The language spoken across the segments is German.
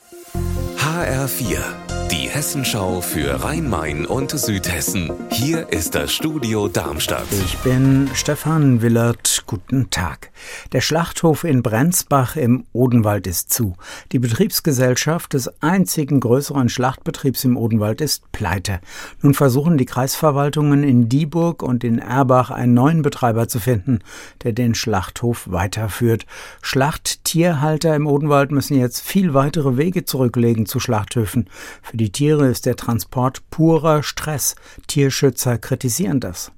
HR4, die Hessenschau für Rhein-Main und Südhessen. Hier ist das Studio Darmstadt. Ich bin Stefan Willert. Guten Tag. Der Schlachthof in Brenzbach im Odenwald ist zu. Die Betriebsgesellschaft des einzigen größeren Schlachtbetriebs im Odenwald ist pleite. Nun versuchen die Kreisverwaltungen in Dieburg und in Erbach einen neuen Betreiber zu finden, der den Schlachthof weiterführt. Schlachttierhalter im Odenwald müssen jetzt viel weitere Wege zurücklegen zu Schlachthöfen. Für die Tiere ist der Transport purer Stress. Tierschützer kritisieren das.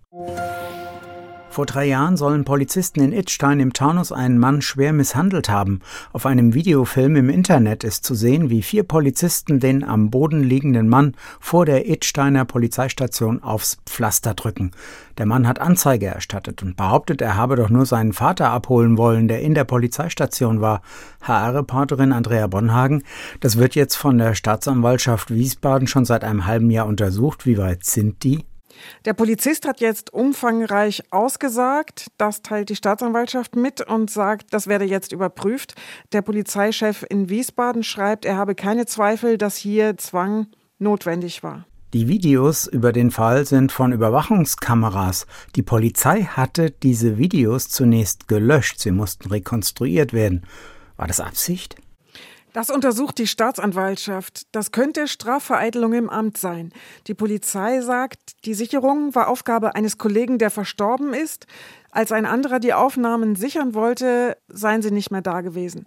Vor 3 Jahren sollen Polizisten in Idstein im Taunus einen Mann schwer misshandelt haben. Auf einem Videofilm im Internet ist zu sehen, wie 4 Polizisten den am Boden liegenden Mann vor der Idsteiner Polizeistation aufs Pflaster drücken. Der Mann hat Anzeige erstattet und behauptet, er habe doch nur seinen Vater abholen wollen, der in der Polizeistation war. HR-Reporterin Andrea Bonhagen, das wird jetzt von der Staatsanwaltschaft Wiesbaden schon seit einem halben Jahr untersucht. Wie weit sind die? Der Polizist hat jetzt umfangreich ausgesagt. Das teilt die Staatsanwaltschaft mit und sagt, das werde jetzt überprüft. Der Polizeichef in Wiesbaden schreibt, er habe keine Zweifel, dass hier Zwang notwendig war. Die Videos über den Fall sind von Überwachungskameras. Die Polizei hatte diese Videos zunächst gelöscht. Sie mussten rekonstruiert werden. War das Absicht? Das untersucht die Staatsanwaltschaft. Das könnte Strafvereitelung im Amt sein. Die Polizei sagt, die Sicherung war Aufgabe eines Kollegen, der verstorben ist. Als ein anderer die Aufnahmen sichern wollte, seien sie nicht mehr da gewesen.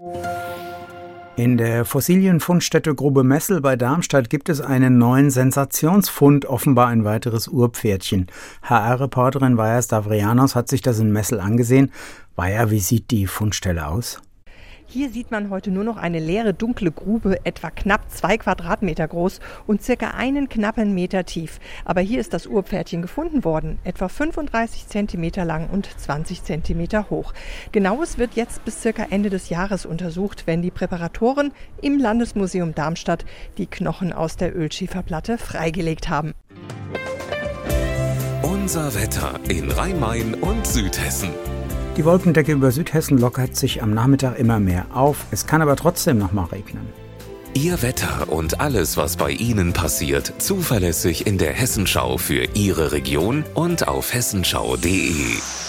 In der Fossilienfundstätte Grube Messel bei Darmstadt gibt es einen neuen Sensationsfund, offenbar ein weiteres Urpferdchen. HR-Reporterin Vaja Stavrianos hat sich das in Messel angesehen. Vaja, wie sieht die Fundstelle aus? Hier sieht man heute nur noch eine leere, dunkle Grube, etwa knapp 2 Quadratmeter groß und circa einen knappen Meter tief. Aber hier ist das Urpferdchen gefunden worden, etwa 35 Zentimeter lang und 20 Zentimeter hoch. Genaues wird jetzt bis circa Ende des Jahres untersucht, wenn die Präparatoren im Landesmuseum Darmstadt die Knochen aus der Ölschieferplatte freigelegt haben. Unser Wetter in Rhein-Main und Südhessen. Die Wolkendecke über Südhessen lockert sich am Nachmittag immer mehr auf. Es kann aber trotzdem noch mal regnen. Ihr Wetter und alles, was bei Ihnen passiert, zuverlässig in der Hessenschau für Ihre Region und auf hessenschau.de.